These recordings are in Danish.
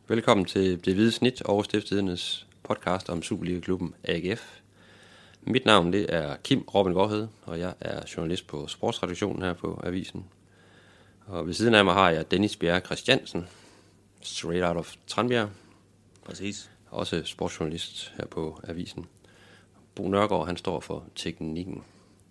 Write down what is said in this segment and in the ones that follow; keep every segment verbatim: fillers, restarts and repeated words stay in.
Velkommen til Det Hvide Snit, Aarhus Stiftstidendes podcast om Superliga-klubben A G F. Mit navn det er Kim Robin Gårdhed, og jeg er journalist på sportsredaktionen her på Avisen. Og ved siden af mig har jeg Dennis Bjerre Christiansen, straight out of Tranbjerg. Præcis. Også sportsjournalist her på Avisen. Bo Nørgaard, han står for teknikken.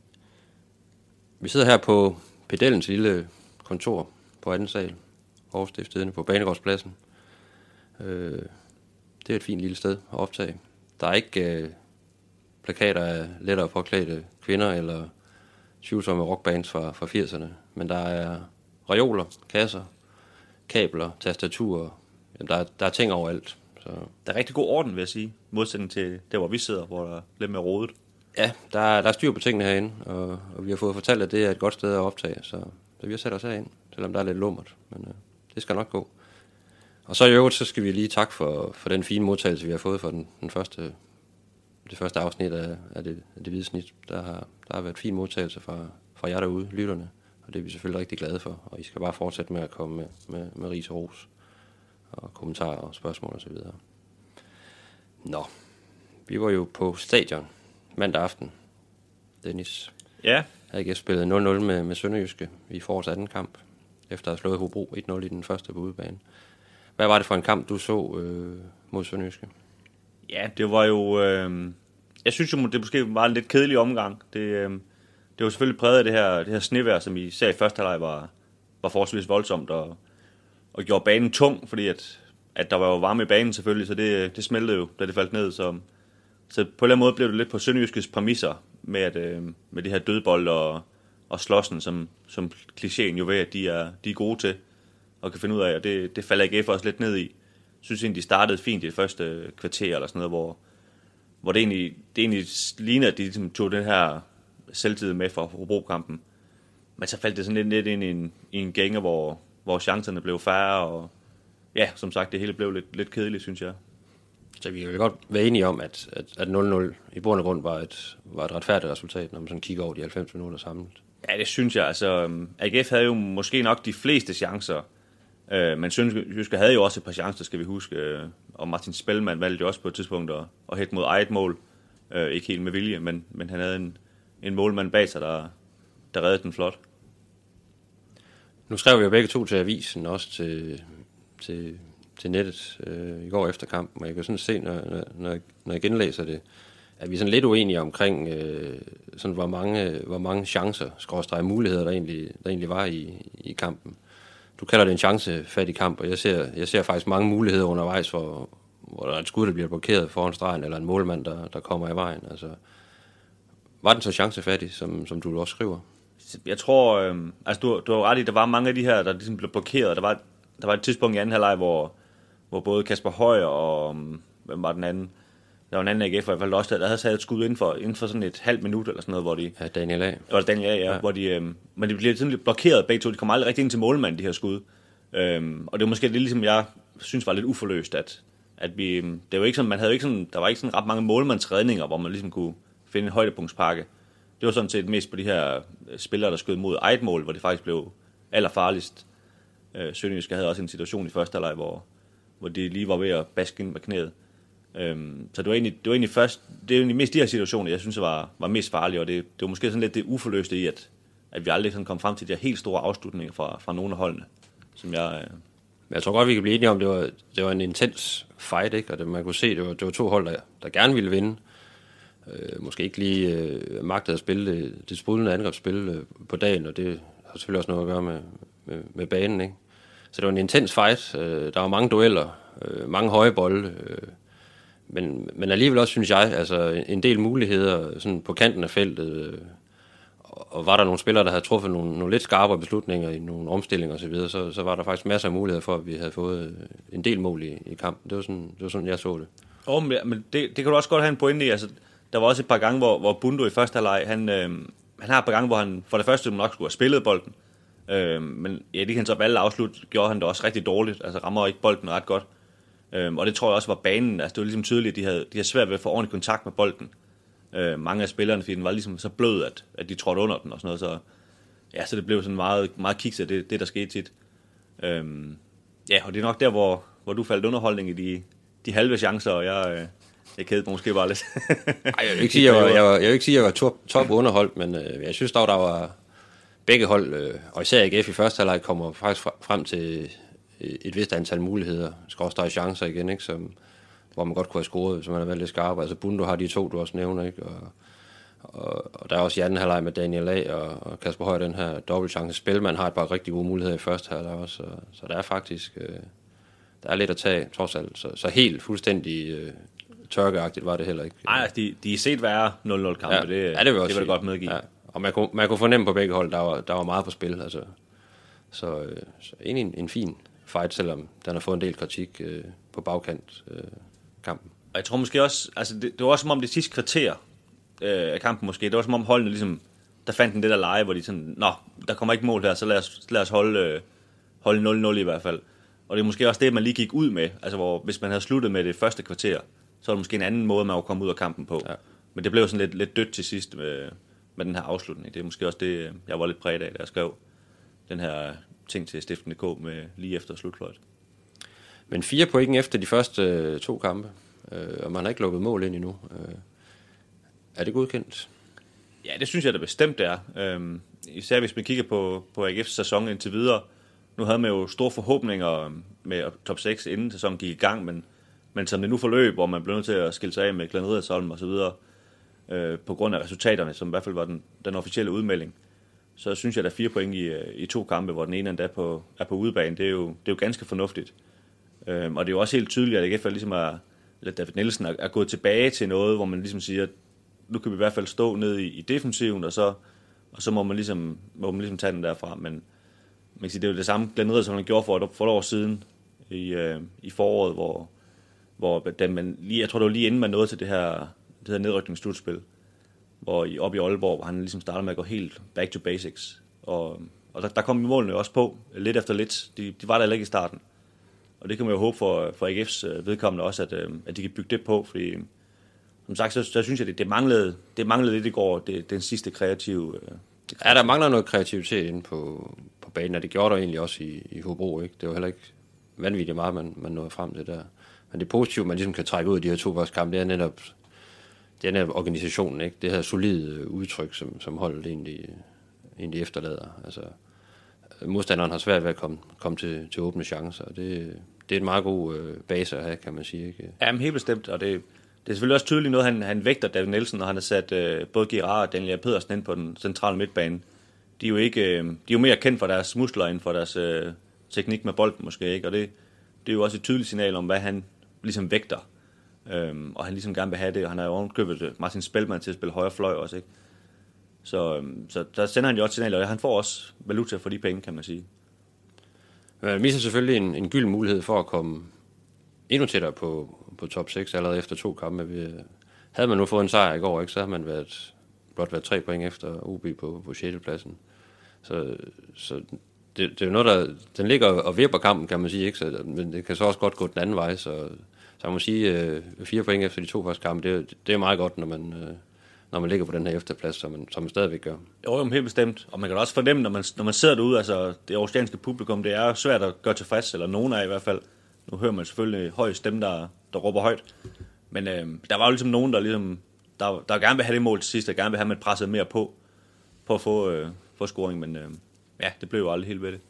Vi sidder her på Pedellens lille kontor på anden sal, Aarhus Stiftstidende på Banegårdspladsen. Øh, det er et fint lille sted at optage. Der er ikke øh, plakater af lettere påklædte kvinder eller tvivlsomme rockbands fra, fra firserne, men der er reoler, kasser, kabler, tastaturer. Jamen, der, er, der er ting overalt. Så. Der er rigtig god orden, vil jeg sige, modsætning til der, hvor vi sidder, hvor der er lidt mere rodet. Ja, der er, der er styr på tingene herinde, og, og vi har fået fortalt, at det er et godt sted at optage, så, så vi har sat os herind, selvom der er lidt lummert, men øh, det skal nok gå. Og så i øvrigt, så skal vi lige takke for, for den fine modtagelse, vi har fået for den, den første, det første afsnit af, af, det, af det hvide snit. Der har, der har været fin modtagelse fra, fra jer derude, lytterne, og det er vi selvfølgelig rigtig glade for. Og I skal bare fortsætte med at komme med, med, med ris og ros, og kommentarer og spørgsmål osv. Nå, vi var jo på stadion mandag aften, Dennis. Ja. A G F spillede nul nul med, med Sønderjyske i forårs anden kamp, efter at have slået Hobro et nul i den første på udebane. Hvad var det for en kamp, du så øh, mod Sønderjyske? Ja, det var jo... Øh, jeg synes jo, det måske var en lidt kedelig omgang. Det, øh, det var selvfølgelig præget af det her, det her snevejr, som I sagde i første halvleg var, var forholdsvis voldsomt, og, og gjorde banen tung, fordi at, at der var jo varme i banen selvfølgelig, så det, det smeltede jo, da det faldt ned. Så, så på en eller anden måde blev det lidt på Sønderjyskes præmisser, med, at, øh, med det her dødbold og, og slåssen, som, som klichéen jo ved, at de er, de er gode til og kan finde ud af, og det, det falder A G F også lidt ned i. Jeg synes egentlig, de startede fint i det første kvarter, eller sådan noget, hvor, hvor det, egentlig, det egentlig ligner, at de ligesom tog den her selvtid med fra Hobro-kampen. Men så faldt det sådan lidt, lidt ind i en, i en gænge, hvor, hvor chancerne blev færre, og ja, som sagt, det hele blev lidt, lidt kedeligt, synes jeg. Så vi kan godt være enige om, at, at, at nul nul i bund og grund var et, var et retfærdigt resultat, når man sådan kigger over de halvfems minutter samlet. Ja, det synes jeg. Altså, A G F havde jo måske nok de fleste chancer, øh, men Sønderjyske havde jo også et par chancer, skal vi huske. Øh, og Martin Spellmann valgte jo også på et tidspunkt at, at hætte mod eget mål. Øh, ikke helt med vilje, men, men han havde en, en målmand bag sig, der, der reddede den flot. Nu skrev vi jo begge to til avisen, også til, til, til nettet øh, i går efter kampen, og jeg kan sådan se, når, når, når jeg genlæser det, at vi er sådan lidt uenige omkring, øh, sådan hvor mange, hvor mange chancer, skråstrege muligheder, der egentlig, der egentlig var i, i kampen. Du kalder det en chancefattig kamp, og jeg ser, jeg ser faktisk mange muligheder undervejs, hvor, hvor der er et skud, der bliver blokeret foran stregen, eller en målmand, der, der kommer i vejen. Altså, var den så chancefattig, som, som du også skriver? Jeg tror, øh, altså du, du har ret i, der var mange af de her, der ligesom blev blokeret. Der var, der var et tidspunkt i anden halvleg, hvor, hvor både Kasper Højer og, hvem var den anden? Der var en anden A G F, i hvert fald også, der havde sat et skud inden for, inden for sådan et halvt minut, eller sådan noget, hvor de... Ja, Daniel A. Det var Daniel A, ja, ja. Hvor de... Øh, men de blev sådan lidt blokeret begge to, de kom aldrig rigtig ind til målmanden, de her skud. Øhm, og det var måske det, ligesom jeg synes var lidt uforløst, at, at vi... Det var ikke sådan, man havde ikke sådan... Der var ikke sådan ret mange målmandsredninger, hvor man ligesom kunne finde en højdepunktspakke. Det var sådan set mest på de her spillere, der skød mod eget mål, hvor det faktisk blev allerfarligst. Øh, Sønderjyske havde også en situation i første halvleg, hvor, hvor de lige var ved at baske ind med knæet. Øhm, så det var egentlig, det var egentlig først, det er egentlig mest de her situationer, jeg synes var, var mest farlige, og det, det var måske sådan lidt det uforløste i, at, at vi aldrig sådan kom frem til de her helt store afslutninger fra, fra nogle af holdene, som jeg... Øh... Men jeg tror godt, vi kan blive enige om, det var, det var en intens fight, ikke? Og det, man kunne se, det var, det var to hold, der, der gerne ville vinde. Øh, måske ikke lige øh, magtede at spille det, det sprudlende angrebsspil øh, på dagen, og det har selvfølgelig også noget at gøre med, med, med banen, ikke? Så det var en intens fight, øh, der var mange dueller, øh, mange høje bolde, øh, Men, men alligevel også, synes jeg, altså en del muligheder sådan på kanten af feltet. Øh, og var der nogle spillere, der havde truffet nogle, nogle lidt skarpere beslutninger i nogle omstillinger osv., så, så, så var der faktisk masser af muligheder for, at vi havde fået en del mål i, i kampen. Det var, sådan, det var sådan, jeg så det. Oh, men det, det kan du også godt have en pointe i. Altså, der var også et par gange, hvor, hvor Bundo i første halvleg, han, øh, han har et par gange, hvor han for det første nok skulle have spillet bolden. Øh, men ja, det kan så alle afslut, gjorde han det også rigtig dårligt. Altså rammer ikke bolden ret godt. Øhm, og det tror jeg også var banen, altså det var ligesom tydeligt, at de havde, de havde svært ved at få ordentlig kontakt med bolden. Øh, mange af spillerne, fordi den var ligesom så blød, at, at de trådte under den og sådan noget, så ja, så det blev sådan meget, meget kikset, det, det der skete tit. Øhm, ja, og det er nok der, hvor, hvor du faldt underholdning i de, de halve chancer, og jeg, øh, jeg kædede måske bare lidt. Ej, jeg vil ikke sige, jeg var, jeg var, jeg vil ikke sige, jeg var top, top underholdt, men øh, jeg synes dog, der var begge hold, øh, og især A G F i første halvleg, kommer faktisk frem til et vist antal muligheder, skråstreg chancer igen, ikke, som, hvor man godt kunne have scoret, som man har været lidt skarp. Altså Bundo har de to, du også nævner, ikke, og, og, og der er også i anden halvleg med Daniel A. og, og Kasper Høj, den her dobbeltchance. Spilman har et par rigtig gode muligheder i første halvleg også, så, så der er faktisk øh, der er lidt at tage, trods alt. Så, så helt fuldstændig øh, tørkeagtigt var det heller ikke. Nej, de, de er set værre nul nul kampe, ja, det, ja, det vil jeg det vil jeg godt medgive. Ja. Og man kunne, man kunne fornemme på begge hold, der var, der var meget på spil. Altså. Så, øh, så egentlig en, en fin fight, selvom den har fået en del kritik øh, på bagkant øh, kampen. Og jeg tror måske også, altså det, det var også som om det sidste kvarter øh, af kampen måske, det var som om holdene ligesom, der fandt en det der leje, hvor de sådan, nå, der kommer ikke mål her, så lad os, lad os holde, øh, holde nul nul i hvert fald. Og det er måske også det, man lige gik ud med, altså hvor hvis man havde sluttet med det første kvarter, så var det måske en anden måde, man kunne komme ud af kampen på. Ja. Men det blev sådan lidt, lidt dødt til sidst med, med den her afslutning. Det er måske også det, jeg var lidt præget af, da jeg skrev den her ting til Stiften punktum d k med lige efter slutfløjt. Men fire point efter de første øh, to kampe, øh, og man har ikke lukket mål ind endnu. Øh, er det godkendt? Ja, det synes jeg da bestemt det er. Øhm, især hvis man kigger på, på A G F's sæson indtil videre. Nu havde man jo store forhåbninger med top seks, inden sæsonen gik i gang, men, men som det nu forløb, hvor man blev nødt til at skille sig af med Glenn Riddersholm og så videre, øh, på grund af resultaterne, som i hvert fald var den, den officielle udmelding, så synes jeg, at der er fire point i, i to kampe, hvor den ene endda er på, er på udebane. Det er, jo, det er jo ganske fornuftigt. Øhm, og det er jo også helt tydeligt, at A G F ligesom er, eller David Nielsen er, er gået tilbage til noget, hvor man ligesom siger, nu kan vi i hvert fald stå ned i, i defensiven, og så, og så må man ligesom, må man ligesom tage den derfra. Men man kan sige, det er jo det samme Glenn Riddersholm, som han gjorde for et, for et år siden i, øh, i foråret, hvor, hvor da man lige, jeg tror det var lige inden man nåede til det her, det her nedrykningsslutspil, hvor i, op i Aalborg, hvor han ligesom startede med at gå helt back to basics. Og, og der, der kom målene også på, lidt efter lidt. De, de var der ikke i starten. Og det kan man jo håbe for, for A G F's vedkommende også, at, at de kan bygge det på, fordi som sagt, så, så synes jeg, det, det, manglede, det manglede lidt i går, det, den sidste kreative... Det kreative. Ja, der mangler noget kreativitet inde på, på banen, og det gjorde der egentlig også i, i Hobro, ikke? Det var heller ikke vanvittigt meget, man, man nåede frem til der. Men det positive, man ligesom kan trække ud af de her to kampe, det er netop, det er netop organisationen, ikke? Det her solide udtryk, som, som holdet egentlig, egentlig efterlader. Altså, modstanderen har svært ved at komme, komme til, til åbne chancer, og det, det er en meget god øh, base at have, kan man sige, ikke? Jamen helt bestemt, og det, det er selvfølgelig også tydeligt noget, han, han vægter David Nielsen, når han har sat øh, både Girard og Daniel Pedersen ind på den centrale midtbane. De er jo, ikke, øh, de er jo mere kendt for deres muskler end for deres øh, teknik med bolden måske, ikke? Og det, det er jo også et tydeligt signal om, hvad han ligesom vægter, øhm, og han ligesom gerne vil have det, og han har jo ovenkøbet Martin Spelman til at spille højre fløj også, ikke? Så, øhm, så der sender han jo også signaler, og han får også valuta for de penge, kan man sige. Man misser selvfølgelig en, en gyld mulighed for at komme endnu tættere på, på top seks allerede efter to kampe. Havde man nu fået en sejr i går, ikke, så havde man været, blot været tre point efter O B på, på sjette pladsen. Så, så det, det er jo noget, der den ligger og vipper kampen, kan man sige, ikke? Så, men det kan så også godt gå den anden vej, så, så man må sige, øh, fire point efter de to første kampe, det, det er meget godt, når man, øh, når man ligger på den her efterplads, som man, som man stadigvæk gør. Jo, jo, helt bestemt, og man kan også fornemme, når man, når man sidder derude, altså det aarhusianske publikum, det er svært at gøre tilfreds, eller nogen af i hvert fald. Nu hører man selvfølgelig høj stemme, der, der råber højt, men øh, der var jo ligesom nogen, der ligesom, der, der gerne vil have det mål til sidst, der gerne vil have, man presset mere på, på at få, øh, få scoring, men øh, ja, det blev jo aldrig helt ved det.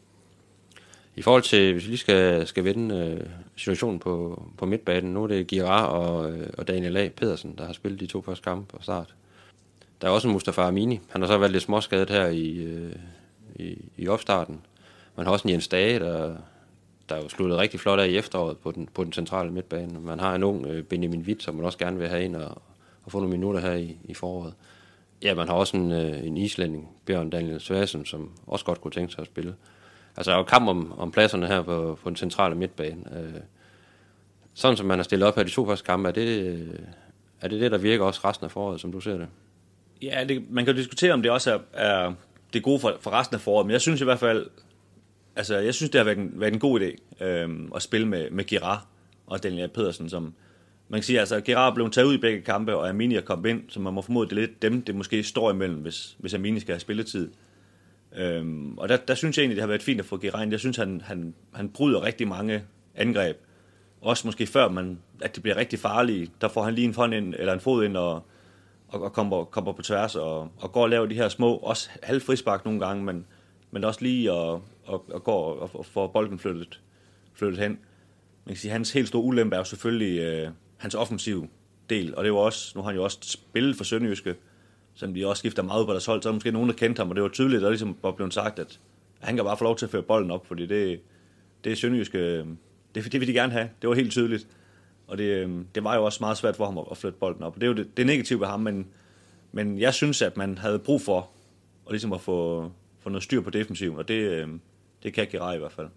I forhold til, hvis vi lige skal, skal vende øh, situationen på, på midtbanen, nu er det Girard og, øh, og Daniel A. Pedersen, der har spillet de to første kampe på start. Der er også en Mustafa Amini. Han har så været lidt småskadet her i, øh, i, i opstarten. Man har også en Jens Dage, der, der er jo sluttet rigtig flot af i efteråret på den, på den centrale midtbane. Man har en ung øh, Benjamin Witt, som man også gerne vil have ind og, og få nogle minutter her i, i foråret. Ja, man har også en, øh, en islænding, Bjørn Daniel Svæsen, som også godt kunne tænke sig at spille. Altså, der er jo kamp om, om pladserne her på, på den centrale midtbane. Øh, sådan som man har stillet op her de to første kampe, er det, øh, er det det, der virker også resten af foråret, som du ser det? Ja, det, man kan jo diskutere, om det også er, er det gode for, for resten af foråret, men jeg synes i hvert fald, altså, jeg synes, det har været en, været en god idé øh, at spille med, med Girard og Daniel Pedersen, som man kan sige, altså, Girard er blevet taget ud i begge kampe, og Amini er kommet ind, så man må formode, det er lidt dem, det måske står imellem, hvis, hvis Amini skal have spilletid. Øhm, og der, der synes jeg egentlig, det har været fint at få Girard ind. Jeg synes, han, han, han bryder rigtig mange angreb. også måske før, man, at det bliver rigtig farlige, der får han lige en fod ind, eller en fod ind, og, og, og kommer, kommer på tværs, og, og går og laver de her små, også halv frispark nogle gange, men, men også lige og, og, og går og, og får bolden flyttet, flyttet hen. Man kan sige, hans helt store ulempe er jo selvfølgelig øh, hans offensive del, og det var også, nu har han jo også spillet for Sønderjyske, som de også skifter meget ud på deres hold, så er der måske nogen, der kendte ham, og det var tydeligt, at der ligesom var blevet sagt, at han kan bare få lov til at føre bolden op, fordi det, det er Sønderjyske, det, det vil de gerne have, det var helt tydeligt, og det, det var jo også meget svært for ham at flytte bolden op, og det er jo det, det negative ved ham, men, men jeg synes, at man havde brug for at, ligesom at få, få noget styr på defensiven, og det, det kan Girard i hvert fald.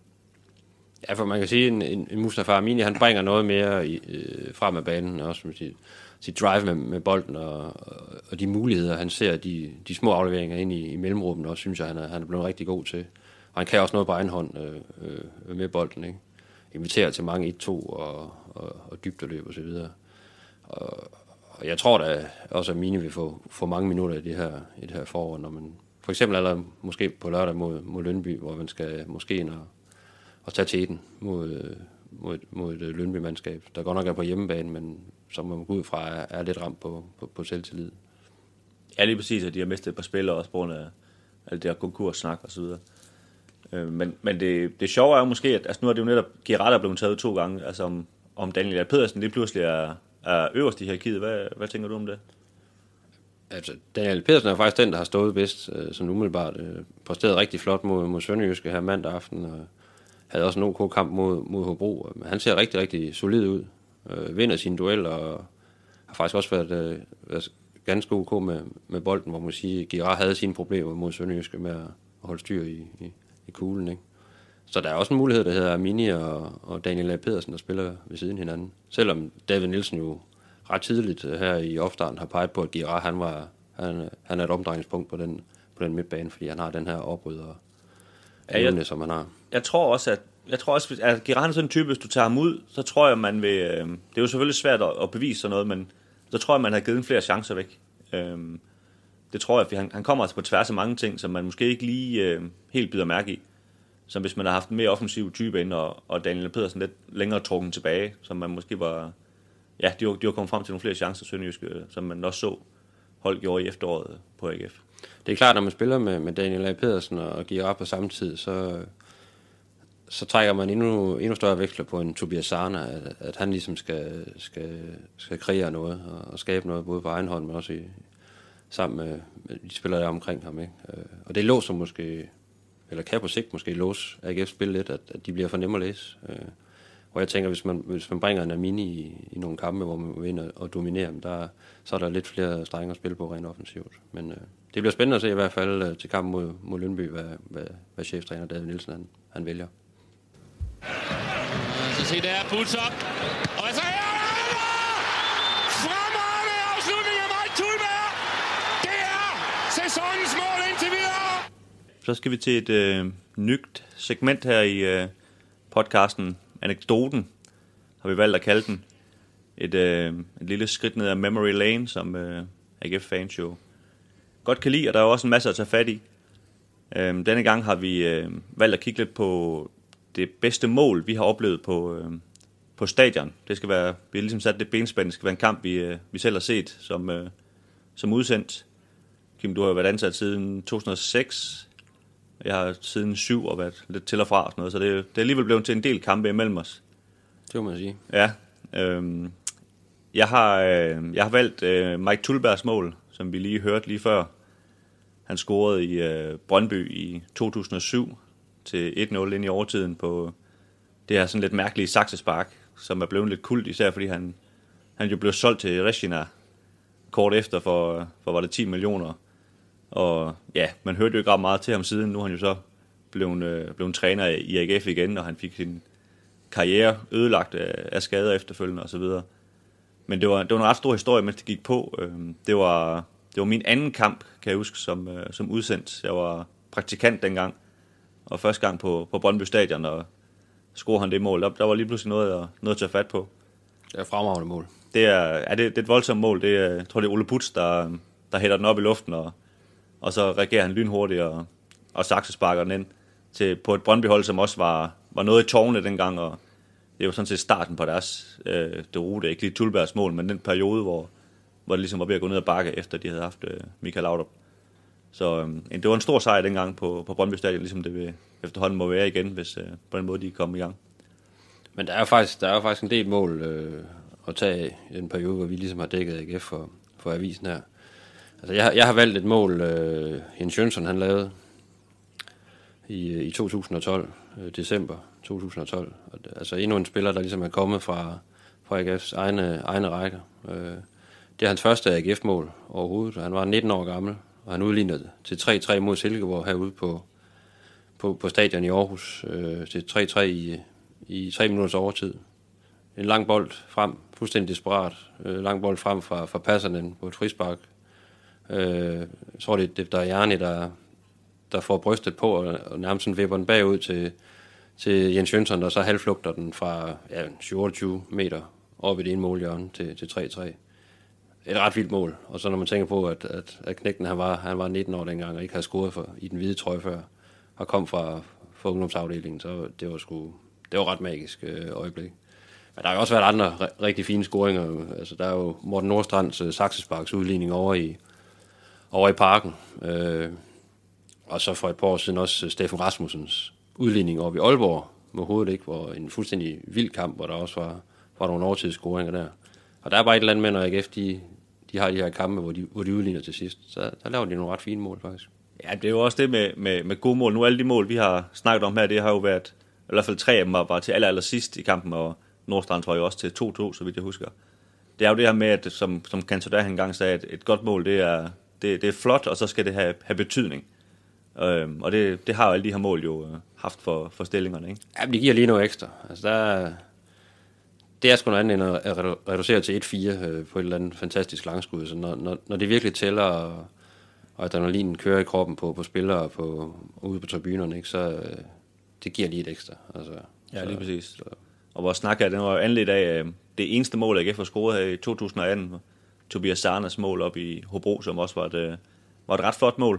Ja, for man kan sige, at en, en, en Mustafa Amini, han bringer noget mere i, øh, frem af banen, også med sit, sit drive med, med bolden, og, og, og de muligheder, han ser, de, de små afleveringer ind i, i mellemrummet, også synes jeg, han er, han er blevet rigtig god til. Og han kan også noget på egen hånd øh, øh, med bolden, ikke? Inviterer til mange et to og, og, og dybdeløb og så videre. Og, og jeg tror da også, at Amini vil få, få mange minutter i det her, i det her forår, når man for eksempel eller måske på lørdag mod, mod Lyngby, hvor man skal måske ind og og tage teten mod, mod, mod et Lyngby-mandskab, der godt nok er på hjemmebane, men som man går ud fra er, er lidt ramt på, på, på selvtillid. Ja, lige præcis, at de har mistet et par spillere også på grund af alt det her konkurssnak og så videre. Øh, men men det, det sjove er jo måske, at altså nu er det jo netop Girard, der er blevet taget ud to gange, altså om, om Daniel Pedersen lige pludselig er, er øverst i hierarkiet. Hvad, hvad tænker du om det? Altså, Daniel Pedersen er faktisk den, der har stået bedst, øh, sådan umiddelbart. Øh, præsteret rigtig flot mod, mod Sønderjyske her mandag aften, og havde også en OK kamp mod, mod Hobro. Han ser rigtig, rigtig solid ud. Øh, vinder sine dueller, og har faktisk også været, øh, været ganske OK med, med bolden, hvor man siger, at Girard havde sine problemer mod Sønderjyske med at, at holde styr i, i, i kuglen, ikke? Så der er også en mulighed, der hedder Amini og, og Daniel Pedersen, der spiller ved siden hinanden. Selvom David Nielsen jo ret tidligt her i opstarten har peget på, at Girard, han, var, han, han er et omdrejningspunkt på den, på den midtbane, fordi han har den her opryder, ja, jeg, som han har. Jeg tror også, at jeg tror også, at Girard er sådan en type, hvis du tager ham ud, så tror jeg, man vil... Øh, det er jo selvfølgelig svært at, at bevise sådan noget, men så tror jeg, man har givet flere chancer væk. Øh, det tror jeg, fordi han, han kommer altså på tværs af mange ting, som man måske ikke lige øh, helt bider mærke i. Som hvis man har haft en mere offensiv type ind, og, og Daniel Pedersen lidt længere trukken tilbage, som man måske var... Ja, de var, de var kommet frem til nogle flere chancer, Sønderjyske, som man også så hold gjorde i efteråret på A G F. Det er klart, når man spiller med, med Daniel Pedersen og Girard på samme tid, så... så trækker man endnu, endnu større veksler på en Tobias Sarna, at, at han ligesom skal, skal, skal kreere noget og, og skabe noget, både på egen hånd, men også i, sammen med, med de spillere, der er omkring ham, ikke? Og det låser måske, eller kan på sigt måske låse A G F spil lidt, at, at de bliver for nemme at læse. Og jeg tænker, hvis man, hvis man bringer en Amini i, i nogle kampe, hvor man vil ind og, og dominere dem, der, så er der lidt flere strenge at spille på rent offensivt. Men øh, det bliver spændende at se i hvert fald øh, til kampen mod, mod Lyngby, hvad, hvad, hvad cheftræner David Nielsen han, han vælger. Så se der, Butzok. Og så er der! Fremragende afslutning af Mike Thulberg! Det er sæsonens mål indtil videre! Så skal vi til et øh, nyt segment her i øh, podcasten. Anekdoten har vi valgt at kalde den. Et, øh, et lille skridt ned ad memory lane, som øh, A G F-fans jo godt kan lide, og der er jo også en masse at tage fat i. Øh, denne gang har vi øh, valgt at kigge lidt på det bedste mål, vi har oplevet på, øh, på stadion. Det skal være, vi har ligesom sat det benspænd, det skal være en kamp, vi, øh, vi selv har set som, øh, som udsendt. Kim, du har jo været ansat siden to tusind og seks. Jeg har siden syv og været lidt til og fra og sådan noget, så det, det er alligevel blevet til en del kampe imellem os. Det må man sige. Ja. Øh, jeg, har, øh, jeg har valgt øh, Mike Thulbergs mål, som vi lige hørte lige før. Han scorede i øh, Brøndby i to tusind og syv til et nul ind i overtiden på det her sådan lidt mærkelige saksespark, som er blevet lidt kult, især fordi han, han jo blev solgt til Regina kort efter for, for var det ti millioner. Og ja, man hørte jo ikke ret meget til ham siden. Nu er han jo så blevet, øh, blevet træner i A G F igen, og han fik sin karriere ødelagt af, af skader efterfølgende og så videre. Men det var, det var en ret stor historie, mens det gik på. Det var, det var min anden kamp, kan jeg huske, som, som udsendt. Jeg var praktikant dengang, og første gang på, på Brøndby Stadion, og scorede han det mål. Der, der var lige pludselig noget at, noget at tage fat på. Det er et fremragende mål. Det er, ja, det, det er et voldsomt mål. Det er, jeg tror, det er Ole Butz, der, der hætter den op i luften, og, og så reagerer han lynhurtigt og, og saksesparker den ind til, på et Brøndby-hold, som også var, var noget i tårne dengang, og det er jo sådan set starten på deres øh, derute, ikke lige Tulbergs mål, men den periode, hvor, hvor det ligesom var ved at gå ned ad bakke, efter de havde haft øh, Michael Laudrup. Så øh, det var en stor sejr dengang på, på Brøndby Stadion, ligesom det vil, efterhånden må være igen, hvis øh, på den måde de er kommet i gang. Men der er jo faktisk, der er jo faktisk en del mål øh, at tage af i den periode, hvor vi ligesom har dækket A G F for, for avisen her. Altså, jeg, jeg har valgt et mål, øh, Jens Jønsson han lavede i, i to tusind og tolv, øh, december to tusind og tolv. Altså endnu en spiller, der ligesom er kommet fra, fra A G F's egne, egne rækker. Øh, det er hans første A G F-mål overhovedet, og han var nitten år gammel, og han udlignede til tre tre mod Silkeborg herude på, på, på stadion i Aarhus, øh, til tre tre i, i tre minutters overtid. En lang bold frem, fuldstændig desperat, øh, lang bold frem fra, fra passeren på et frispark. Øh, jeg tror, det, det der er Jarni, der, der får brystet på, og, og nærmest sådan vipper den bagud til, til Jens Jønsson, der så halvflugter den fra ja, syv otteogtyve meter op i det ene målhjørne til, til tre tre. Et ret vildt mål. Og så når man tænker på, at, at, at knægten han var, han var nitten år dengang, og ikke havde scoret for, i den hvide trøje før, og kom fra, fra ungdomsafdelingen, så det var sgu, det var ret magisk øh, øjeblik. Men der har jo også været andre r- rigtig fine scoringer. Altså, der er jo Morten Nordstrands uh, Saxesparks udligning over i, over i parken. Øh, og så for et par år siden også Steffen Rasmussens udligning over i Aalborg med hovedet, ikke, hvor en fuldstændig vild kamp, hvor der også var, var nogle overtidsscoringer der. Og der er bare et eller andet med, når A G F de, de har de her kampe, hvor de, hvor de udligner til sidst. Så der laver de nogle ret fine mål, faktisk. Ja, det er jo også det med, med, med gode mål. Nu alle de mål, vi har snakket om her, det har jo været, i hvert fald tre af dem var, var til aller, aller sidst i kampen, og Nordstrand var jo også til to to, så vidt jeg husker. Det er jo det her med, at som, som Cantona han engang sagde, at et godt mål, det er, det, det er flot, og så skal det have, have betydning. Øhm, og det, det har jo alle de her mål jo haft for, for stillingerne, ikke? Ja, men de giver lige noget ekstra. Altså, der, det er sgu noget andet end at reducere til et fire øh, på et eller andet fantastisk langskud. Så når, når, når det virkelig tæller, og, og adrenalinen kører i kroppen på, på spillere på, ude på tribunerne, ikke, så øh, det giver lige et ekstra. Altså, ja, så, lige præcis. Så. Og vores snak her, den var jo anledt af øh, det eneste mål, A G F har scoret her i to tusind og atten. Tobias Sarnas mål op i Hobro, som også var et, øh, var et ret flot mål.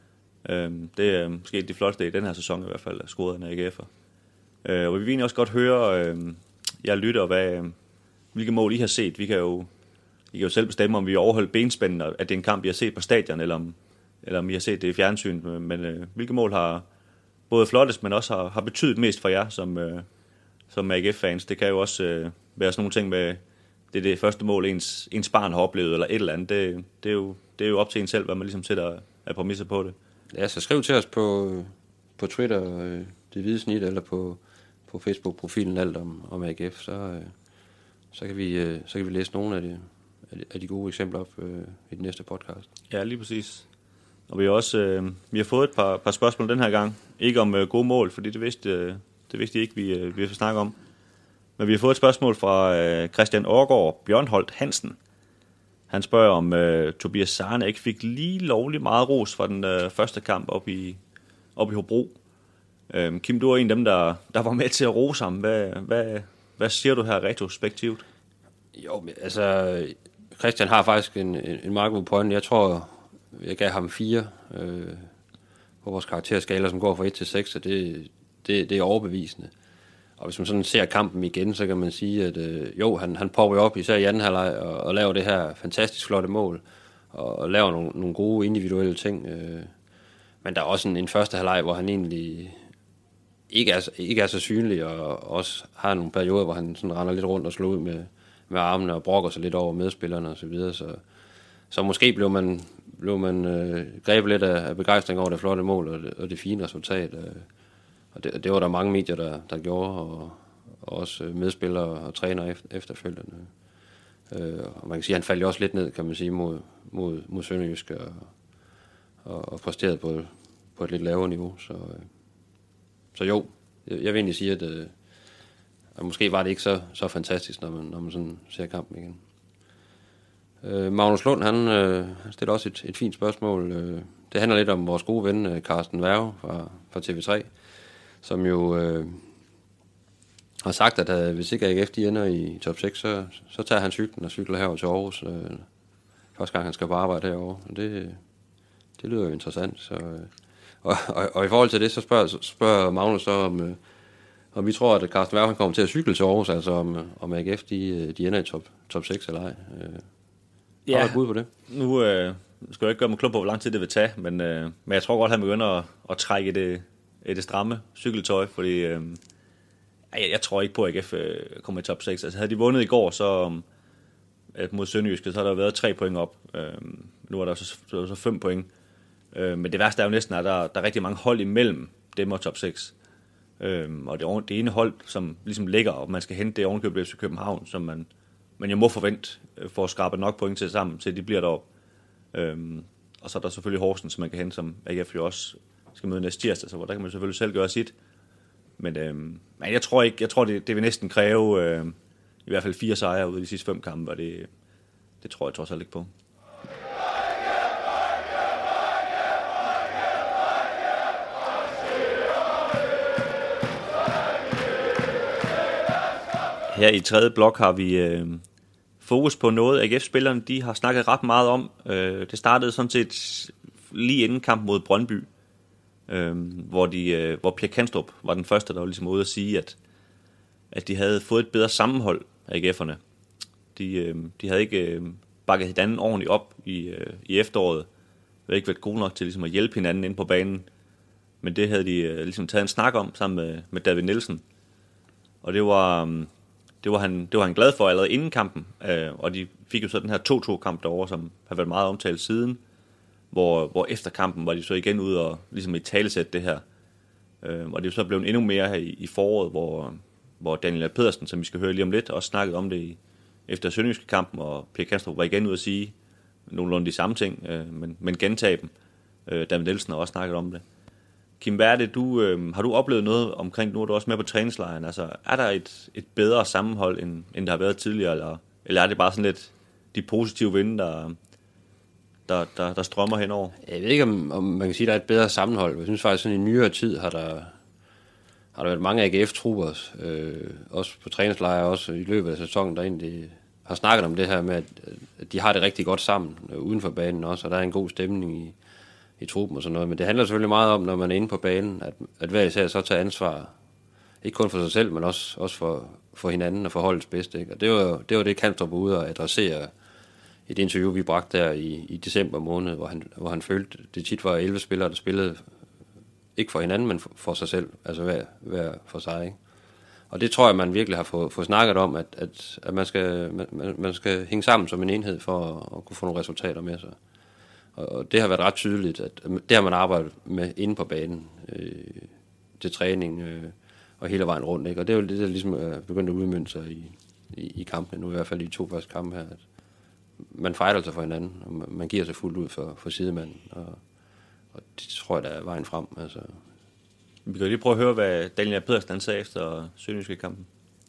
Øh, det er måske de flotteste i den her sæson i hvert fald, scoret af A G F'er. Øh, og vi vil egentlig også godt høre, øh, jeg lytter, hvad, øh, hvilke mål I har set. Vi kan jo, I kan jo selv bestemme, om vi overholder benspænden, at det er en kamp, I har set på stadion, eller om, eller om I har set det i fjernsyn. Men øh, hvilke mål har både flottest, men også har, har betydet mest for jer som, øh, som A G F-fans? Det kan jo også øh, være sådan nogle ting med, det er det første mål, ens, ens barn har oplevet, eller et eller andet. Det, det, er, jo, det er jo op til en selv, hvad man ligesom sætter af præmisser på det. Ja, så skriv til os på, på Twitter, øh, Det Hvide Snit, eller på, på Facebook-profilen alt om, om A G F, så, øh, så, kan vi, øh, så kan vi læse nogle af de, af de gode eksempler op øh, i den næste podcast. Ja, lige præcis. Og vi har også øh, vi har fået et par, par spørgsmål den her gang. Ikke om øh, gode mål, fordi det vidste, øh, det vidste I ikke, vi, øh, vi har snakket om. Men vi har fået et spørgsmål fra øh, Christian Aargaard Bjørnholt Hansen. Han spørger, om øh, Tobias Sarne ikke fik lige lovligt meget ros fra den øh, første kamp op i, op i Hobro. Øh, Kim, du er en af dem, der, der var med til at rose ham. Hvad, hvad, hvad siger du her retrospektivt? Jo, altså, Christian har faktisk en, en, en meget god point. Jeg tror, jeg gav ham fire øh, på vores karakterskala, som går fra et til seks, så det, det, det er overbevisende. Og hvis man sådan ser kampen igen, så kan man sige, at øh, jo, han, han popper op, især i anden halvleg, og, og laver det her fantastisk flotte mål, og, og laver nogle, nogle gode individuelle ting. Øh. Men der er også en, en første halvleg, hvor han egentlig ikke er, ikke er så synlig, og også har nogle perioder, hvor han sådan render lidt rundt og slår ud med, med armene, og brokker sig lidt over medspillerne osv. Så, videre. så Så måske blev man, blev man øh, grebet lidt af, af begejstring over det flotte mål, og det, og det fine resultat. Øh. Og det, det var der mange medier, der, der gjorde, og, og også medspillere og trænere efter, efterfølgende. Øh, og man kan sige, at han faldt jo også lidt ned, kan man sige, mod, mod, mod Sønderjysk, og, og, og præsterede på, på et lidt lavere niveau. Så, øh, så jo, jeg, jeg vil egentlig sige, at, øh, at måske var det ikke så, så fantastisk, når man, når man sådan ser kampen igen. Øh, Magnus Lund, han, øh, han stiller også et, et fint spørgsmål. Øh, det handler lidt om vores gode ven, øh, Carsten Werge fra, fra T V tre, som jo øh, har sagt, at øh, hvis ikke A G F de ender i top seks, så, så tager han cyklen og cykler herover til Aarhus. Øh, første gang han skal på arbejde herovre. Og det, det lyder jo interessant. Så, øh, og, og, og i forhold til det, så spørger, spørger Magnus så, om, øh, Og vi tror, at Carsten Werf kommer til at cykle til Aarhus, altså om, om A G F de, de ender i top, top seks eller ej. Øh, ja. Har du et bud på det? Nu øh, skal jeg ikke gøre mig klub på, hvor lang tid det vil tage, men, øh, men jeg tror godt, at han begynder at, at trække det, det stramme cykeltøj, fordi øh, jeg, jeg tror ikke på, at A G F øh, kommer i top seks. Altså havde de vundet i går, så øh, mod Sønderjyske, så har der været tre point op. Øh, nu er der så, så, så fem point. Øh, men det værste er jo næsten, at der, der er rigtig mange hold imellem dem og top seks. Øhm, og det, det ene hold, som ligesom ligger, og man skal hente det ovenkøbet til København, som man, man jo må forvente øh, for at skrabe nok point til sammen, til de bliver deroppe. Øhm, og så er der selvfølgelig Horsens, som man kan hente, som A G F jo også skal møde næste tirsdag, så hvor der kan man selvfølgelig selv gøre sit. Men, øhm, men jeg tror ikke, jeg tror det, det vil næsten kræve øh, i hvert fald fire sejre ud af de sidste fem kampe, og det, det tror jeg trods alt ikke på. Her i tredje blok har vi øh, fokus på noget, A G F-spillerne de har snakket ret meget om. Øh, det startede sådan set lige inden kampen mod Brøndby, øh, hvor, de, øh, hvor Pierre Kanstrup var den første, der var ligesom ude at sige, at, at de havde fået et bedre sammenhold af A G F'erne. De, øh, de havde ikke øh, bakket hinanden ordentligt op i, øh, i efteråret. De havde ikke været gode nok til ligesom, at hjælpe hinanden ind på banen. Men det havde de øh, ligesom taget en snak om sammen med, med David Nielsen. Og det var... Øh, Det var, han, det var han glad for allerede inden kampen, øh, og de fik jo så den her to-to-kamp derovre, som har været meget omtalt siden, hvor, hvor efter kampen var de så igen ude og ligesom i talesæt det her. Øh, og det er jo så blevet endnu mere her i, i foråret, hvor, hvor Daniel Pedersen, som vi skal høre lige om lidt, også snakkede om det i, efter Sønderjyske kampen, og Pierre Kanstrup var igen ude at sige nogenlunde de samme ting, øh, men, men gentage dem. Øh, David Nielsen har også snakket om det. Kim, hvad er det, du, øh, har du oplevet noget omkring, nu er du også med på træningslejren, altså er der et, et bedre sammenhold, end, end der har været tidligere, eller, eller er det bare sådan lidt de positive vinde, der, der, der, der strømmer henover? Jeg ved ikke, om, om man kan sige, at der er et bedre sammenhold. Jeg synes faktisk, at i nyere tid har der, har der været mange A G F-trupper, øh, også på træningslejre, også i løbet af sæsonen, der egentlig har snakket om det her med, at, at de har det rigtig godt sammen, øh, uden for banen også, og der er en god stemning i i truppen og sådan noget, men det handler selvfølgelig meget om, når man er inde på banen, at, at hver især så tager ansvar, ikke kun for sig selv, men også, også for, for hinanden og for holdets bedste, ikke? Og det var det, var det Kanstrup var ude og adressere i det interview, vi bragte der i, i december måned, hvor han, hvor han følte, det tit var elleve spillere, der spillede ikke for hinanden, men for, for sig selv, altså hver, hver for sig, ikke? Og det tror jeg, man virkelig har fået, fået snakket om, at, at, at man, skal, man, man skal hænge sammen som en enhed for at, at kunne få nogle resultater med sig. Og det har været ret tydeligt, at det har man arbejdet med inde på banen, øh, til træning øh, og hele vejen rundt, ikke? Og det er jo det, der ligesom er begyndt at udmønte sig i, i, i kampene, nu i hvert fald i de to første kampe her, at man fejler sig for hinanden, og man, man giver sig fuldt ud for, for sidemanden, og, og det tror jeg, der er vejen frem. Altså. Vi kan lige prøve at høre, hvad Daniel Pedersen sagde efter Sønderjyske kampen.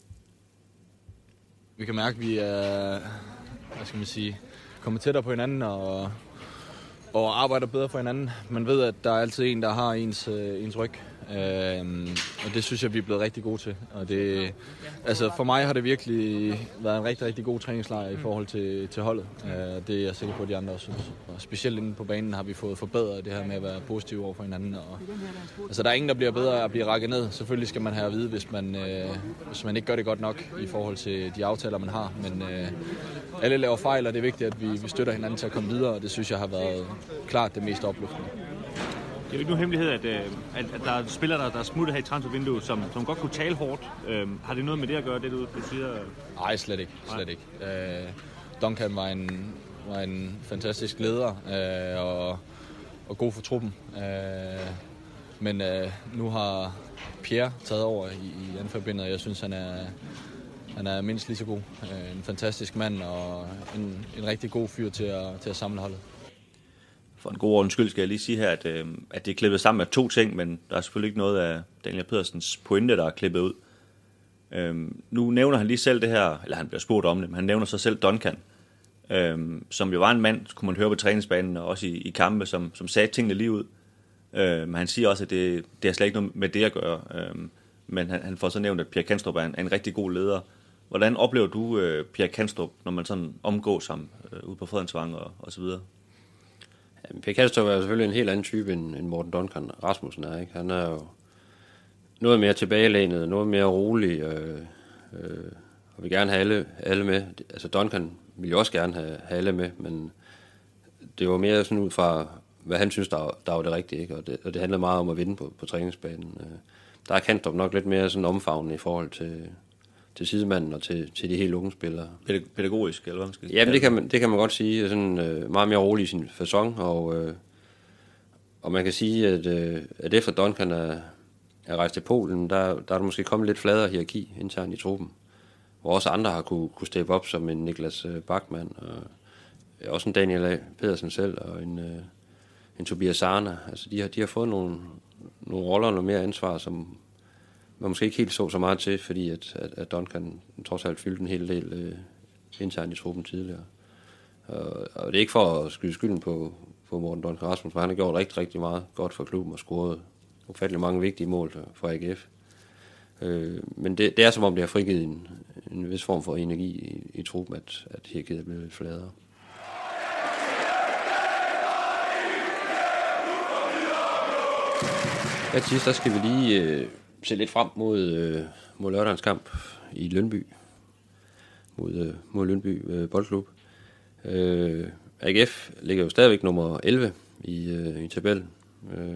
Vi kan mærke, at vi er, hvad skal man sige, kommet tættere på hinanden, og og arbejder bedre for hinanden. Man ved, at der er altid en, der har ens, øh, ens ryg. Øhm, og det synes jeg, vi er blevet rigtig gode til. Og det, altså for mig har det virkelig været en rigtig, rigtig god træningslejr i forhold til, til holdet. Øh, det er jeg sikker på, at de andre også synes. Og specielt inde på banen har vi fået forbedret det her med at være positive over for hinanden. Og, altså der er ingen, der bliver bedre at blive rakket ned. Selvfølgelig skal man have at vide, hvis man, øh, hvis man ikke gør det godt nok i forhold til de aftaler, man har. Men øh, alle laver fejl, og det er vigtigt, at vi, vi støtter hinanden til at komme videre. Og det synes jeg har været klart det mest opløftende. Det er jo ikke nogen hemmelighed, at, at, at der er spillere, der, der er smuttet her i transfervinduet, som, som godt kunne tale hårdt. Øhm, har det noget med det at gøre, det du, du siger? Nej, slet ikke. Slet ikke. Øh, Duncan var en, var en fantastisk leder øh, og, og god for truppen. Øh, men øh, nu har Pierre taget over i, i anførbindet, og jeg synes, han er, han er mindst lige så god. Øh, en fantastisk mand og en, en rigtig god fyr til at, til at samle holdet. For en god ordens skyld skal jeg lige sige her, at, øh, at det er klippet sammen af to ting, men der er selvfølgelig ikke noget af Daniel Pedersens pointe, der er klippet ud. Øh, nu nævner han lige selv det her, eller han bliver spurgt om det, men han nævner sig selv Duncan, øh, som jo var en mand, kunne man høre på træningsbanen og også i, i kampe, som, som sagde tingene lige ud. Øh, men han siger også, at det, det har slet ikke noget med det at gøre. Øh, men han, han får så nævnt, at Pierre Kanstrup er en, er en rigtig god leder. Hvordan oplever du øh, Pierre Kanstrup, når man sådan omgås ham øh, ude på Fredensvang og, og så videre? Pierre Kanstrup er selvfølgelig en helt anden type end, end Morten Duncan Rasmussen er, ikke? Han er jo noget mere tilbagelænet, noget mere rolig, øh, øh, og vi gerne have alle, alle med. Altså Duncan ville jo også gerne have, have alle med, men det var mere sådan ud fra, hvad han synes, der, der var det rigtige, ikke? Og, det, og det handlede meget om at vinde på, på træningsbanen. Øh, der er Kantrup nok lidt mere sådan omfavnende i forhold til, til sidemanden og til, til de helt unge spillere. Pædagogisk, eller hvad man skal sige? Ja, men det kan man, det kan man godt sige. Sådan, øh, meget mere rolig i sin facon, og, øh, og man kan sige, at, øh, at efter Duncan er, er rejst til Polen, der, der er der måske kommet lidt fladere hierarki internt i truppen, hvor også andre har kunne, kunne steppe op, som en Niklas Bachmann, og også en Daniel A. Pedersen selv, og en, øh, en Tobias Sarna. Altså, de har, de har fået nogle, nogle roller og noget mere ansvar, som man måske ikke helt så så meget til, fordi at, at, at Duncan trods alt fyldte en hel del øh, internt i truppen tidligere. Og, og det er ikke for at skyde skylden på, på Morten Duncan Rasmussen, for han har gjort rigtig, rigtig meget godt for klubben og scoret ufattelig mange vigtige mål for A G F. Øh, men det, det er som om, det har frigivet en, en vis form for energi i, i truppen, at, at hierarkiet er blevet lidt fladere. Ja, til sidst, der skal vi lige øh, se lidt frem mod, øh, mod lørdagens kamp i Lyngby. Mod, øh, mod Lyngby øh, Boldklub. Øh, A G F ligger jo stadigvæk nummer elleve i, øh, i tabellen. Øh,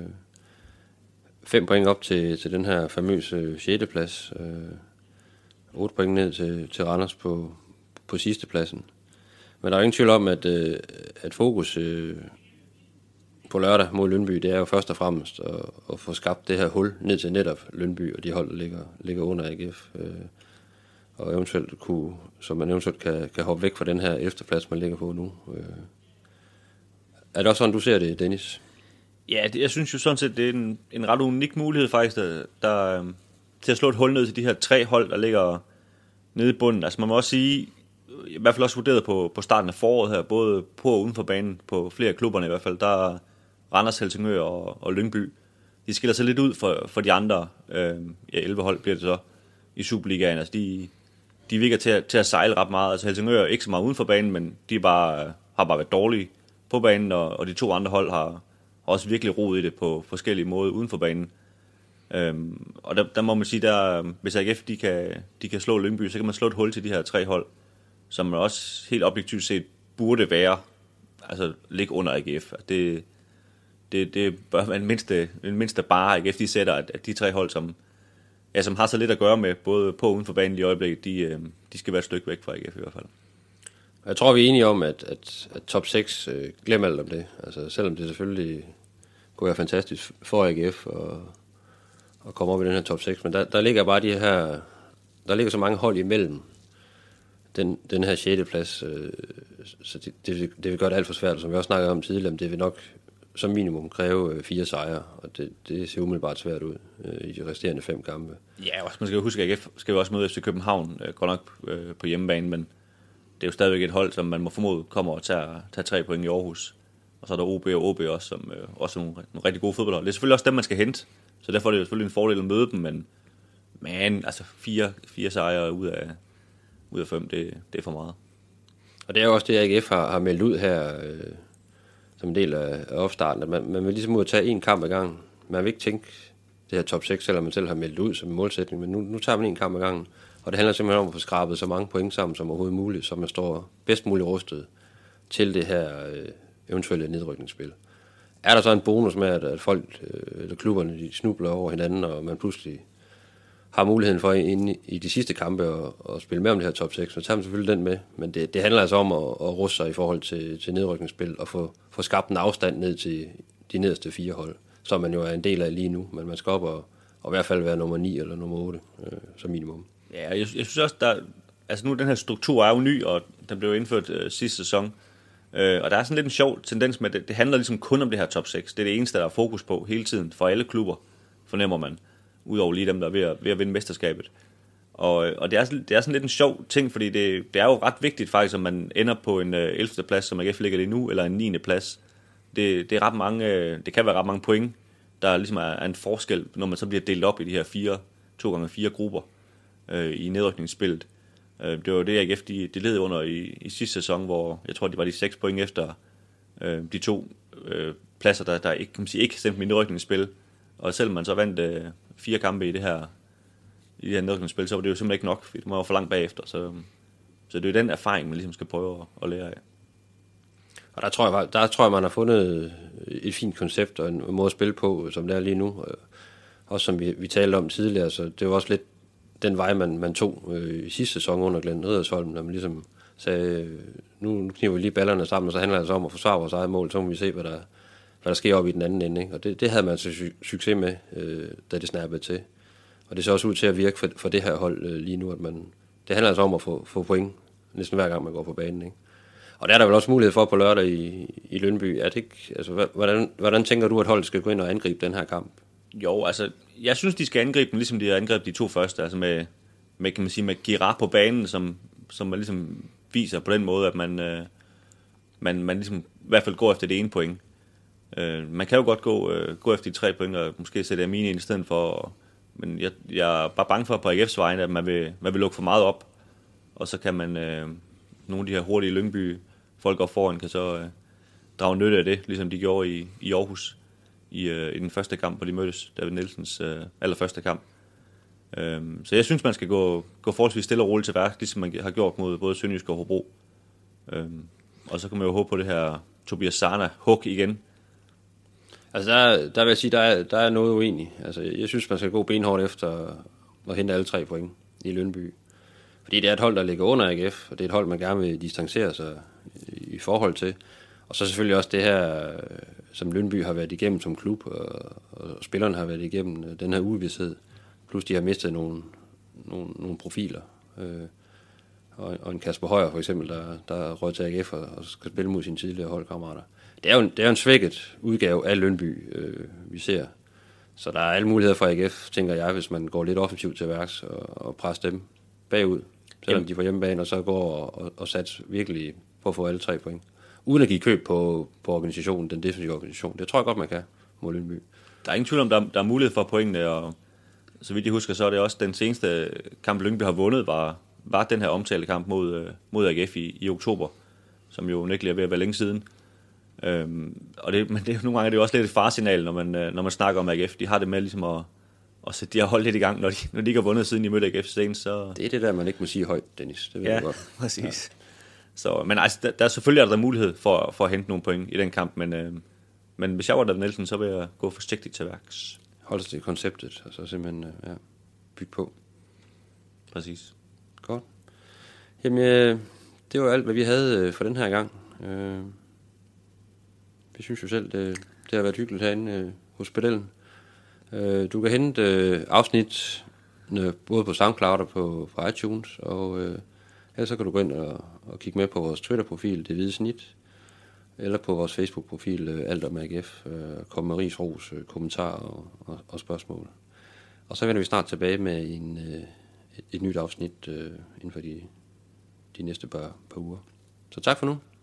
fem point op til, til den her famøse sjette plads. Øh, otte point ned til, til Randers på, på sidste pladsen. Men der er ingen tvivl om, at, øh, at fokus øh, på lørdag mod Lyngby, det er jo først og fremmest at, at få skabt det her hul ned til netop Lyngby, og de hold, der ligger, ligger under A G F. Øh, og eventuelt kunne, så man eventuelt kan, kan hoppe væk fra den her ellevte-plads, man ligger på nu. Øh. Er det også sådan, du ser det, Dennis? Ja, det, jeg synes jo sådan set, det er en, en ret unik mulighed faktisk, der, der, til at slå et hul ned til de her tre hold, der ligger nede i bunden. Altså man må også sige, i hvert fald også vurderet på, på starten af foråret her, både på og uden for banen, på flere af klubberne i hvert fald, der er Randers, Helsingør og, og Lyngby. De skiller sig lidt ud for, for de andre, øh, ja, elleve hold bliver det så, i Superligaen. Altså de, de virker til at, til at sejle ret meget. Altså Helsingør er ikke så meget uden for banen, men de bare, har bare været dårlige på banen, og, og de to andre hold har også virkelig rodet i det på forskellige måder uden for banen. Øhm, og der, der må man sige, der, hvis A G F de kan, de kan slå Lyngby, så kan man slå et hul til de her tre hold, som man også helt objektivt set burde være, altså ligge under A G F. Det, det, det bør være en mindste, en mindste bare, A G F de sætter, at, at de tre hold, som, ja, som har så lidt at gøre med, både på og uden for banen i øjeblikket, de, de skal være et stykke væk fra A G F i hvert fald. Jeg tror, vi er enige om, at, at, at top seks, øh, glem alt om det. Altså, selvom det selvfølgelig kunne være fantastisk for A G F at, at komme op i den her top seks, men der, der ligger bare de her, der ligger så mange hold imellem den, den her sjette plads, øh, så det, det, det vil gøre det alt for svært, som vi også snakkede om tidligere, det vil nok som minimum kræve øh, fire sejre, og det, det ser umiddelbart svært ud øh, i de resterende fem kampe. Ja, også, man skal jo huske, at A G F skal jo også møde F C København, øh, godt nok øh, på hjemmebane, men det er jo stadigvæk et hold, som man må formode kommer og tager, tager tre point i Aarhus. Og så er der O B og O B også, som øh, også er nogle, nogle rigtig gode fodboldhold. Det er selvfølgelig også dem, man skal hente, så derfor er det jo selvfølgelig en fordel at møde dem, men man, altså fire, fire sejre ud af, ud af fem, det, det er for meget. Og det er jo også det, A G F har, har meldt ud her, øh, som en del af, af opstarten, at man, man vil ligesom ud at tage en kamp ad gangen. Man vil ikke tænke det her top seks, selvom man selv har meldt ud som en målsætning, men nu, nu tager man en kamp ad gangen. Og det handler simpelthen om at få skrabet så mange point sammen som overhovedet muligt, så man står bedst muligt rustet til det her øh, eventuelle nedrykningsspil. Er der så en bonus med, at, at folk, øh, eller klubberne, de snubler over hinanden, og man pludselig har muligheden for inde i de sidste kampe at, at spille med om det her top seks, så tager man selvfølgelig den med. Men det, det handler altså om at, at ruste sig i forhold til, til nedrykningsspil, og få, få skabt en afstand ned til de nederste fire hold, som man jo er en del af lige nu. Men man skal op og, og i hvert fald være nummer ni eller nummer otte øh, som minimum. Ja, jeg, jeg synes også, der, altså nu den her struktur er jo ny, og den blev indført øh, sidste sæson. Øh, og der er sådan lidt en sjov tendens med, at det, det handler ligesom kun om det her top seks. Det er det eneste, der er fokus på hele tiden for alle klubber, fornemmer man. Udover lige dem, der er ved at, ved at vinde mesterskabet. Og, og det, er, det er sådan lidt en sjov ting, fordi det, det er jo ret vigtigt faktisk, om man ender på en øh, ellevte plads, som A G F ligger lige nu, eller en niende plads. Det, det, er ret mange, øh, det kan være ret mange point, der ligesom er, er en forskel, når man så bliver delt op i de her fire, to gange fire grupper øh, i nedrykningsspillet. Øh, det var jo det, A G F de, de led under i, i sidste sæson, hvor jeg tror, det var de seks point efter øh, de to øh, pladser, der, der ikke, kan man sige, ikke stemte med nedrykningsspil. Og selvom man så vandt, øh, fire kampe i det her, i det her nedrykningsspil, så var det jo simpelthen ikke nok, fordi det var for langt bagefter. Så, så det er jo den erfaring, man ligesom skal prøve at, at lære af. Og der tror, jeg, der tror jeg, man har fundet et fint koncept og en måde at spille på, som det er lige nu. Også som vi, vi talte om tidligere, så det var også lidt den vej, man, man tog øh, i sidste sæson under Glenn Riddersholm, når man ligesom sagde, nu, nu kniver vi lige ballerne sammen, og så handler det så om at forsvare vores eget mål, så må vi se, hvad der, hvad der sker op i den anden ende. Ikke? Og det, det havde man så sy- succes med, øh, da det snappede til. Og det ser også ud til at virke for, for det her hold øh, lige nu, at man, det handler altså om at få, få point, næsten hver gang man går på banen. Ikke? Og der er der vel også mulighed for på lørdag i, i Lyngby. Er det ikke, altså, hvordan, hvordan tænker du, at holdet skal gå ind og angribe den her kamp? Jo, altså, jeg synes, de skal angribe den, ligesom de har angrebet de to første, altså med, med kan man sige, med Girard på banen, som, som man ligesom viser på den måde, at man, øh, man, man ligesom i hvert fald går efter det ene point. Øh, man kan jo godt gå, øh, gå efter de tre point, og måske sætte Amine ind i stedet for, men jeg, jeg er bare bange for på A G F's vegne, at man vil, man vil lukke for meget op, og så kan man, øh, nogle af de her hurtige Lyngby folk op foran, kan så øh, drage nytte af det, ligesom de gjorde i, i Aarhus. I, øh, i den første kamp, hvor de mødtes, David Nielsens øh, allerførste kamp. Øhm, så jeg synes, man skal gå, gå forholdsvis stille og roligt til værk, ligesom man har gjort mod både Sønderjysk og Hobro. Øhm, og så kan man jo håbe på det her Tobias Sana hug igen. Altså der, der vil jeg sige, der er, der er noget uenig. Altså jeg synes, man skal gå benhårdt efter at hente alle tre point i Lyngby. Fordi det er et hold, der ligger under A G F, og det er et hold, man gerne vil distancere sig i forhold til. Og så selvfølgelig også det her, som Lyngby har været igennem som klub, og, og spillerne har været igennem den her uvished. Plus de har mistet nogle, nogle, nogle profiler. Øh, og, og en Kasper Højer for eksempel, der, der er røget til A G F og, og skal spille mod sine tidligere holdkammerater. Det er jo en, det er en svækket udgave af Lyngby, øh, vi ser. Så der er alle muligheder for A G F, tænker jeg, hvis man går lidt offensivt til værks og, og presser dem bagud. Selvom Jamen. de får hjemmebane, og så går og, og, og sats virkelig på at få alle tre point. Uden at give køb på, på organisationen, den defensive organisation. Det tror jeg godt, man kan mod Lyngby. Der er ingen tvivl om, der, der er mulighed for pointene, og så vidt jeg husker, så er det også den seneste kamp, Lyngby har vundet, var, var den her omtalte kamp mod, mod A G F i, i oktober, som jo ikke er ved at være længe siden. Øhm, og det, men det, nogle gange er det jo også lidt et faresignal, når man, når man snakker om A G F. De har det med ligesom at, at sætte de her hold lidt i gang, når de, når de ikke har vundet, siden de mødte A G F senest. Så... Det er det der, man ikke må sige højt, Dennis. Det ved ja, jeg godt. Præcis. Ja. Så, men altså, der, der er selvfølgelig er der mulighed for, for at hente nogle point i den kamp, men, øh, men hvis jeg var David Nielsen, så vil jeg gå forsigtigt til værks. Hold sig til konceptet, og så simpelthen ja, bygge på. Præcis. Godt. Jamen, øh, det var alt, hvad vi havde øh, for den her gang. Øh, vi synes jo selv, det, det har været hyggeligt herinde øh, hos Pedellen. Øh, du kan hente øh, afsnit øh, både på SoundCloud og på, på iTunes, og øh, ellers så kan du gå ind og, og kigge med på vores Twitter-profil, Det Hvide Snit, eller på vores Facebook-profil, øh, Alt om A G F, øh, kom med ris, ros, øh, kommentarer og, og, og spørgsmål. Og så vender vi snart tilbage med en, øh, et, et nyt afsnit øh, inden for de, de næste par, par uger. Så tak for nu.